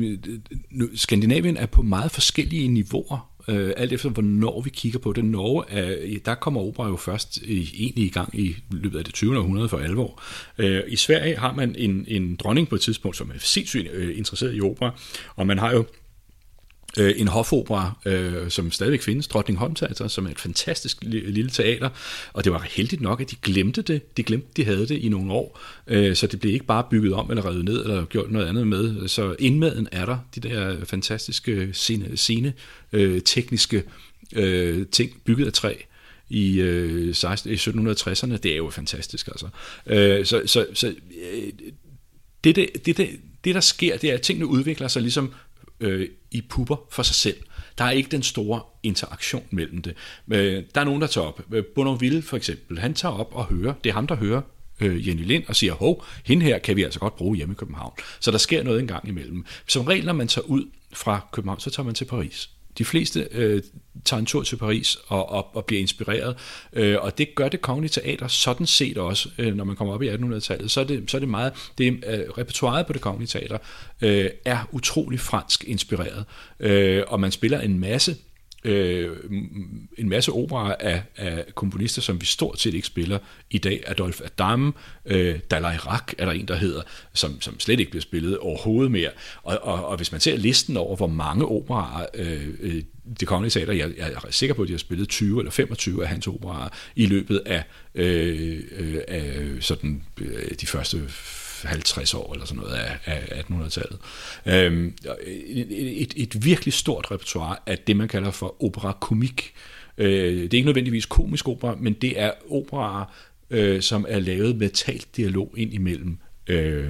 Skandinavien er på meget forskellige niveauer. Uh, alt efter hvornår vi kigger på det. Norge, er, der kommer opera jo først i, egentlig i gang i løbet af det tyvende århundrede for alvor. Uh, I Sverige har man en, en dronning på et tidspunkt, som er sindssygt uh, interesseret i opera, og man har jo En hofopera, øh, som stadigvæk findes, Drottningholm Teater, som er et fantastisk lille teater, og det var heldigt nok, at de glemte det. De glemte, de havde det i nogle år, øh, så det blev ikke bare bygget om eller revet ned eller gjort noget andet med. Så indmaden er der, de der fantastiske scene, scene øh, tekniske øh, ting, bygget af træ i, øh, sytten tresserne. Det er jo fantastisk, altså. Øh, så så, så øh, det, det, det, det, det, der sker, det er, at tingene udvikler sig ligesom i pupper for sig selv. Der er ikke den store interaktion mellem det. Der er nogen, der tager op. Bournonville for eksempel, han tager op og hører. Det er ham, der hører Jenny Lind og siger, hov, hende her kan vi altså godt bruge hjemme i København. Så der sker noget en gang imellem. Som regel, når man tager ud fra København, så tager man til Paris. De fleste øh, tager en tur til Paris og, og, og bliver inspireret, øh, og det gør Det Kongelige Teater sådan set også, øh, når man kommer op i attenhundredetallet, så er det, så er det meget, det øh, repertoiret på Det Kongelige Teater øh, er utrolig fransk inspireret, øh, og man spiller en masse Øh, en masse operaer af, af komponister, som vi stort set ikke spiller i dag. Adolphe Adam, øh, Dalai Rak er der en, der hedder, som, som slet ikke bliver spillet overhovedet mere. Og, og, og hvis man ser listen over, hvor mange operaer øh, øh, Det Kongelige Teater, jeg, jeg er sikker på, at de har spillet tyve eller femogtyve af hans operaer i løbet af, øh, øh, af sådan, øh, de første halvtreds år eller sådan noget af, af attenhundredetallet. Øhm, et, et, et virkelig stort repertoire af det, man kalder for opera komik. Øh, det er ikke nødvendigvis komisk opera, men det er operaer, øh, som er lavet med talt dialog ind imellem øh,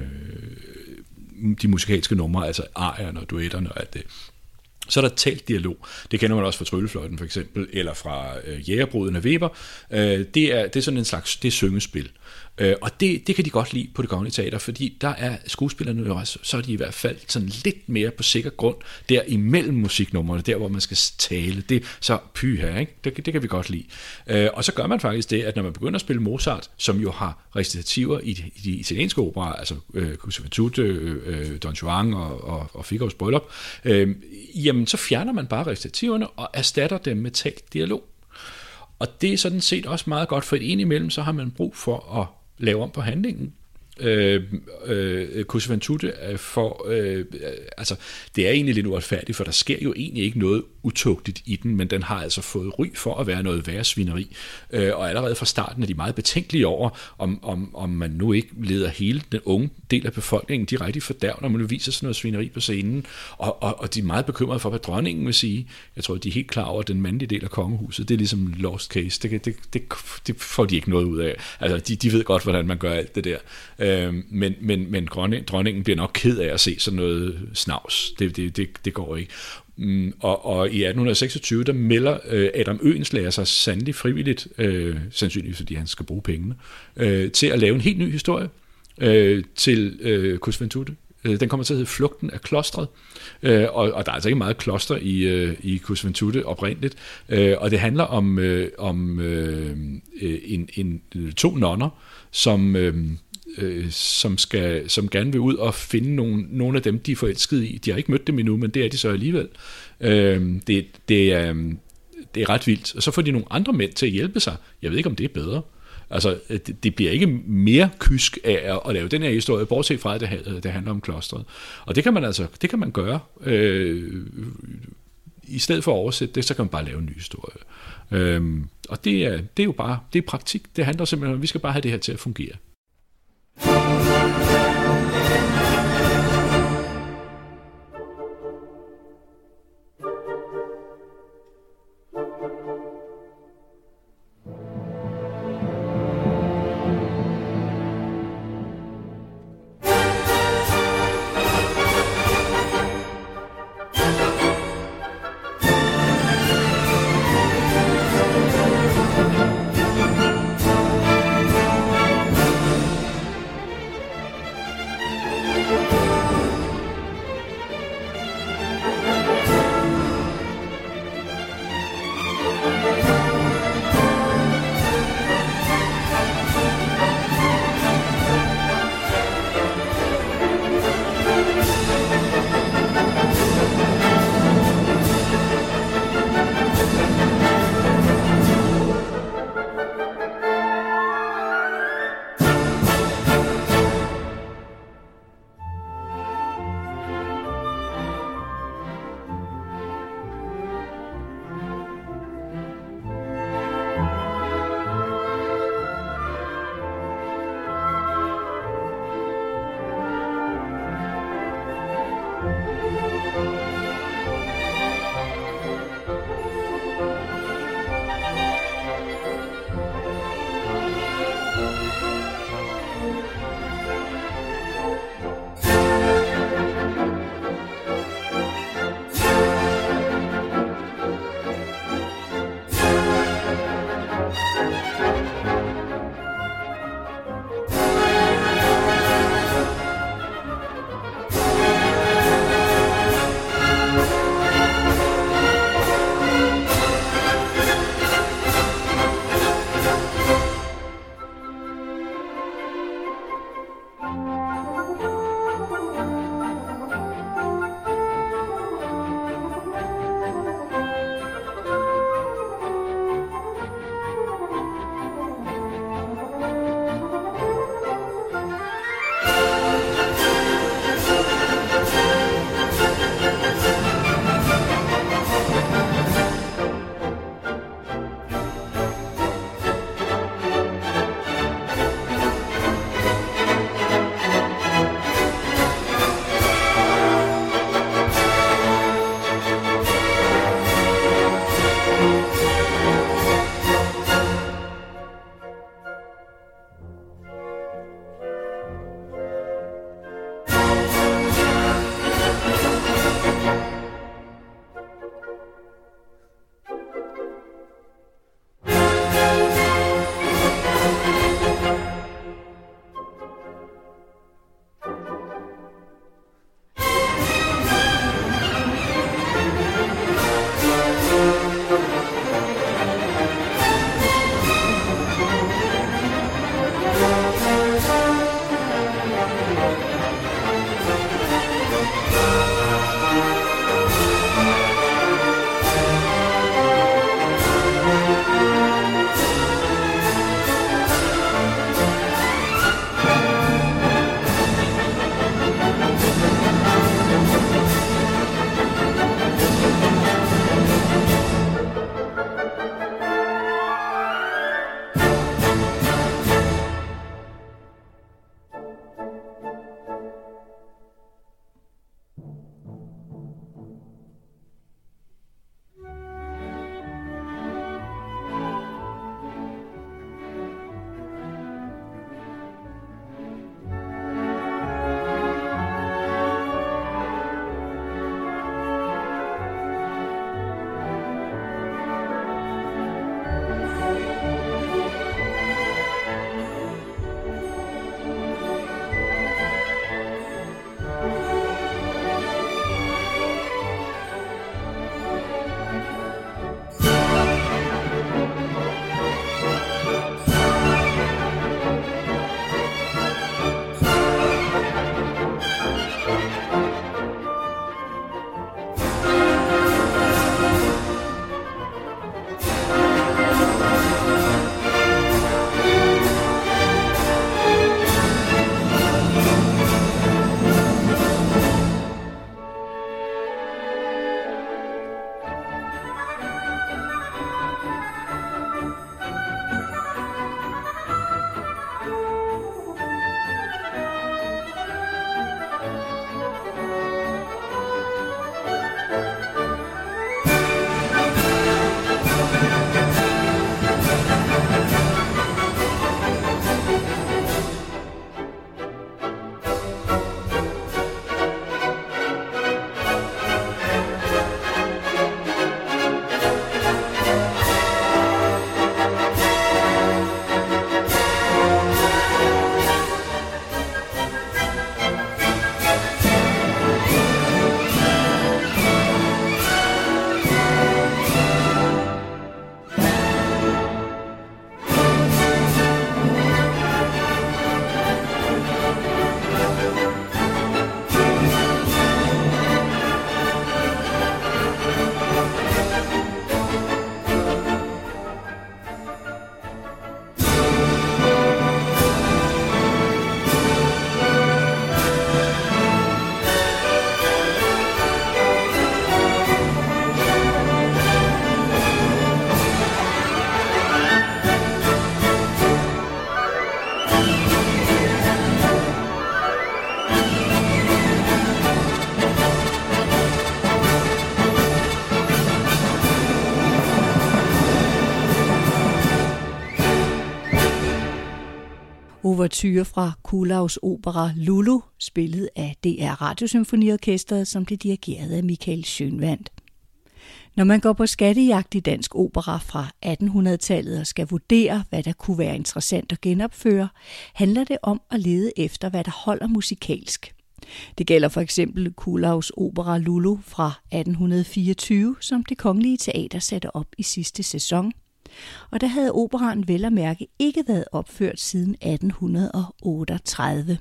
de musikalske numre, altså arierne og duetterne og alt det. Så er der talt dialog. Det kender man også fra Tryllefløjten for eksempel, eller fra øh, Jægerbruden af Weber. Øh, det, er, det er sådan en slags, det er syngespil. Øh, og det, det kan de godt lide på Det Kongelige Teater, fordi der er skuespillerne jo også, så er de i hvert fald sådan lidt mere på sikker grund, der imellem musiknumrene, der hvor man skal tale. Det så pyha, ikke? Det, det kan vi godt lide. Øh, og så gør man faktisk det, at når man begynder at spille Mozart, som jo har recitativer i de, i de italienske operaer, altså øh, Cosa fan tutte, øh, Don Juan og, og, og Figaros Bryllup, øh, jamen så fjerner man bare recitativerne og erstatter dem med talt dialog. Og det er sådan set også meget godt, for et indimellem, så har man brug for at lave om på handlingen. Øh, øh, Cosa fan tutte for, øh, altså, det er egentlig lidt uretfærdigt, for der sker jo egentlig ikke noget utugtigt i den, men den har altså fået ry for at være noget værre svineri, øh, og allerede fra starten er de meget betænkelige over, om, om, om man nu ikke leder hele den unge del af befolkningen direkte i fordærv, når man viser sådan noget svineri på scenen, og, og, og de er meget bekymrede for, hvad dronningen vil sige. Jeg tror, de er helt klar over, at den mandlige del af kongehuset, det er ligesom lost case, det, det, det, det får de ikke noget ud af. Altså, de, de ved godt, hvordan man gør alt det der. Men, men, men dronningen bliver nok ked af at se sådan noget snavs. Det, det, det, det går ikke. Og, og i atten seksogtyve, der melder Adam Oehlenschläger sig sandelig frivilligt, øh, sandsynligvis fordi han skal bruge pengene, øh, til at lave en helt ny historie øh, til øh, Cosa fan tutte. Den kommer til at hedde Flugten af klostret, øh, og, og der er altså ikke meget kloster i, øh, i Cosa fan tutte oprindeligt, øh, og det handler om, øh, om øh, en, en, to nonner, som... Øh, Som, skal, som gerne vil ud og finde nogle, nogle af dem, de er forelskede i. De har ikke mødt dem endnu, men det er de så alligevel. Øh, det, det, er, det er ret vildt. Og så får de nogle andre mænd til at hjælpe sig. Jeg ved ikke, om det er bedre. Altså, det, det bliver ikke mere kysk af at lave den her historie, bortset fra, at det, det handler om klostret. Og det kan man altså det kan man gøre. Øh, I stedet for at oversætte det, så kan man bare lave en ny historie. Øh, og det er, det er jo bare det er praktik. Det handler simpelthen om, at vi skal bare have det her til at fungere. ouverture fra Kuhlaus opera Lulu, spillet af D R Radiosymfoniorkestret, som blev dirigeret af Michael Schønwandt. Når man går på skattejagt i dansk opera fra attenhundredetallet og skal vurdere, hvad der kunne være interessant at genopføre, handler det om at lede efter, hvad der holder musikalsk. Det gælder for eksempel Kuhlaus opera Lulu fra atten fireogtyve, som Det Kongelige Teater satte op i sidste sæson. Og der havde operaen vel at mærke ikke været opført siden atten otteogtredive.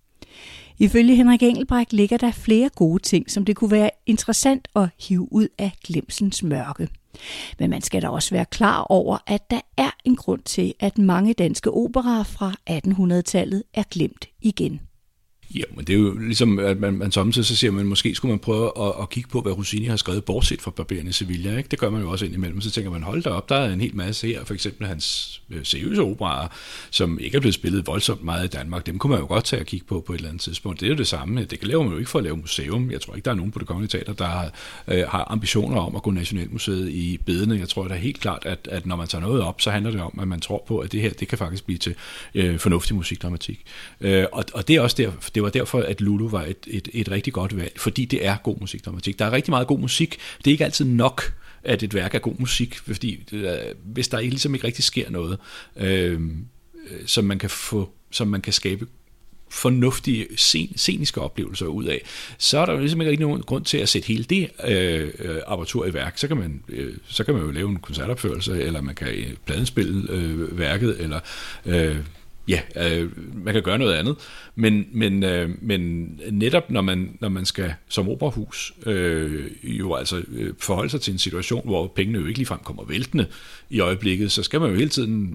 Ifølge Henrik Engelbrecht ligger der flere gode ting, som det kunne være interessant at hive ud af glemselens mørke. Men man skal da også være klar over, at der er en grund til, at mange danske operaer fra attenhundredetallet er glemt igen. Ja, men det er jo ligesom, at man, man samtidig så siger, man måske skulle man prøve at, at kigge på, hvad Rossini har skrevet, bortset fra Barberen i Sevilla, ikke? Det gør man jo også indimellem. Så tænker man, hold da op, der er en hel masse her. For eksempel hans øh, seriøse operaer, som ikke er blevet spillet voldsomt meget i Danmark. Dem kunne man jo godt tage og kigge på på et eller andet tidspunkt. Det er jo det samme. Det laver man jo ikke for at lave museum. Jeg tror ikke, der er nogen på Det Kongelige Teater, der har, øh, har ambitioner om at gå Nationalmuseet i bedene. Jeg tror da helt klart, at, at når man tager noget op, så handler det om, at man tror på, at det her, det kan faktisk blive til øh, fornuftig musikdramatik. Øh, og, og det er også der, det var derfor, at Lulu var et, et, et rigtig godt valg, fordi det er god musikdramatik. Der er rigtig meget god musik. Det er ikke altid nok, at et værk er god musik, fordi øh, hvis der ligesom ikke rigtig sker noget, øh, som man kan få, som man kan skabe fornuftige scen, sceniske oplevelser ud af, så er der jo ligesom ikke rigtig nogen grund til at sætte hele det øh, apparatur i værk. Så kan man øh, så kan man jo lave en koncertopførelse, eller man kan pladespille øh, værket, eller øh, ja, øh, man kan gøre noget andet, men, men, øh, men netop når man, når man skal som operahus øh, jo altså øh, forholde sig til en situation, hvor pengene jo ikke ligefrem kommer væltende i øjeblikket, så skal man jo hele tiden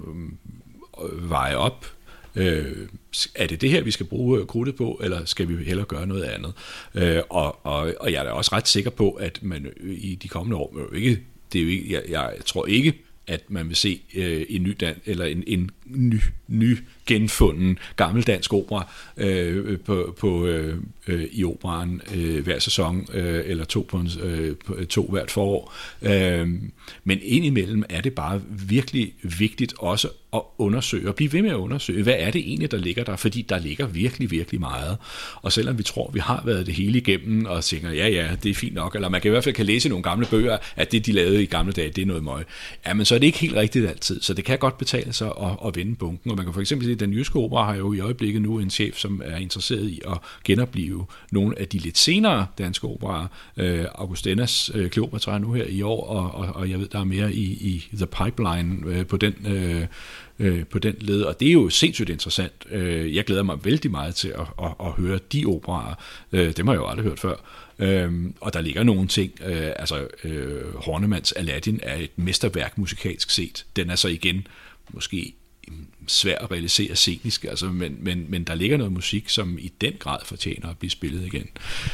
øh, veje op. Øh, er det det her, vi skal bruge krudtet på, eller skal vi hellere gøre noget andet? Øh, og, og, og jeg er da også ret sikker på, at man i de kommende år, jo ikke, det er jo ikke, jeg, jeg tror ikke, at man vil se øh, en ny dan eller en, en ny, ny genfunden gammeldansk opera øh, på, på, øh, i operaen øh, hver sæson, øh, eller to, på en, øh, to hvert forår. Øh, men indimellem er det bare virkelig vigtigt også at undersøge, og blive ved med at undersøge, hvad er det egentlig, der ligger der, fordi der ligger virkelig, virkelig meget. Og selvom vi tror, vi har været det hele igennem, og tænker, ja, ja, det er fint nok, eller man kan i hvert fald kan læse nogle gamle bøger, at det, de lavede i gamle dage, det er noget møg. Ja, men så er det ikke helt rigtigt altid, så det kan godt betale sig at, at vende bunken, og man kan for eksempel sige, at den jyske opera har jo i øjeblikket nu en chef, som er interesseret i at genopleve nogle af de lidt senere danske operaer. Øh, Augustenas øh, Kleopatra nu her i år, og, og, og jeg ved, der er mere i, i The Pipeline øh, på den øh, øh, på den led, og det er jo sindssygt interessant. Øh, jeg glæder mig vældig meget til at, at, at høre de operaer. Øh, dem har jeg jo aldrig hørt før. Øhm, og der ligger nogle ting, øh, altså øh, Hornemanns Aladdin er et mesterværk musikalsk set. Den er så igen måske svær at realisere scenisk, altså, men, men, men der ligger noget musik, som i den grad fortjener at blive spillet igen.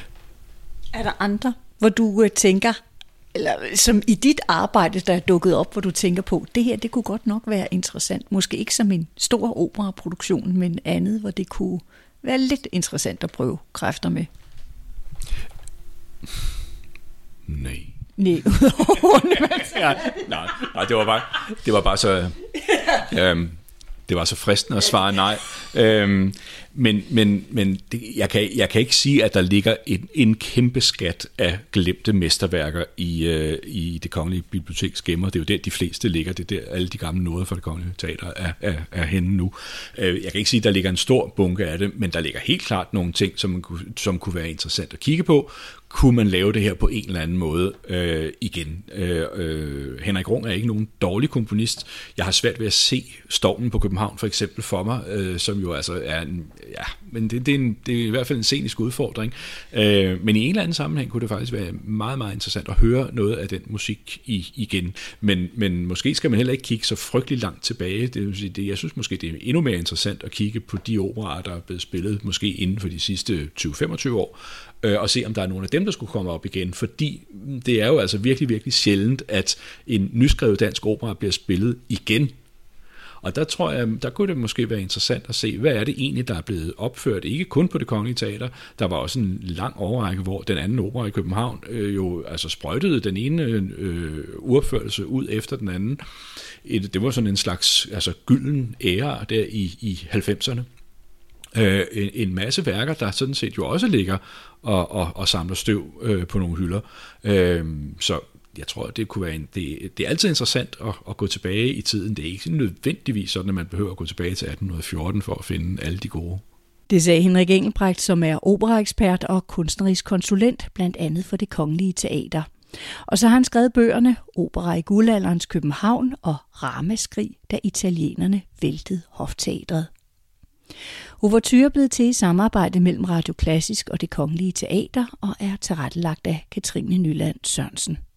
Er der andre, hvor du øh, tænker, eller som i dit arbejde, der er dukket op, hvor du tænker på, det her, det kunne godt nok være interessant, måske ikke som en stor operaproduktion, men andet, hvor det kunne være lidt interessant at prøve kræfter med? Nej. Nej. ja, nej, nej, det var bare, det var bare så, øhm, det var så fristende at svare nej. Øhm, men men, men det, jeg, kan, jeg kan ikke sige, at der ligger en, en kæmpe skat af glemte mesterværker i, øh, i Det Kongelige Biblioteks gemmer. Det er jo der, de fleste ligger. Det er der, alle de gamle noder fra Det Kongelige Teater er, er, er henne nu. Øh, jeg kan ikke sige, at der ligger en stor bunke af det, men der ligger helt klart nogle ting, som, som kunne være interessant at kigge på. Kunne man lave det her på en eller anden måde øh, igen? Øh, øh, Henrik Rung er ikke nogen dårlig komponist. Jeg har svært ved at se Stormen på København for eksempel for mig, øh, som jo altså er en, ja, men det, det, er en, det er i hvert fald en scenisk udfordring. Øh, men i en eller anden sammenhæng kunne det faktisk være meget, meget interessant at høre noget af den musik i, igen. Men, men måske skal man heller ikke kigge så frygtelig langt tilbage. Det vil sige, det, jeg synes måske, det er endnu mere interessant at kigge på de operaer, der er blevet spillet måske inden for de sidste tyve til femogtyve år, og se, om der er nogle af dem, der skulle komme op igen, fordi det er jo altså virkelig, virkelig sjældent, at en nyskrevet dansk opera bliver spillet igen. Og der tror jeg, der kunne det måske være interessant at se, hvad er det egentlig, der er blevet opført, ikke kun på Det Kongelige Teater. Der var også en lang overrække, hvor den anden opera i København øh, jo altså sprøjtede den ene øh, uropførelse ud efter den anden. Det var sådan en slags altså gylden ære der i, i halvfemserne. øh, en, en masse værker, der sådan set jo også ligger og, og, og samler støv øh, på nogle hylder. Øh, så jeg tror, det kunne være en, det, det er altid interessant at, at gå tilbage i tiden. Det er ikke nødvendigvis sådan, at man behøver at gå tilbage til atten fjorten for at finde alle de gode. Det sagde Henrik Engelbrecht, som er operaekspert og kunstnerisk konsulent, blandt andet for Det Kongelige Teater. Og så har han skrevet bøgerne Opera i guldalderens København og Ramaskrig, da italienerne væltede hofteatret. Ouverture er blevet til i samarbejde mellem Radio Klassisk og Det Kongelige Teater og er tilrettelagt af Katrine Nyland Sørensen.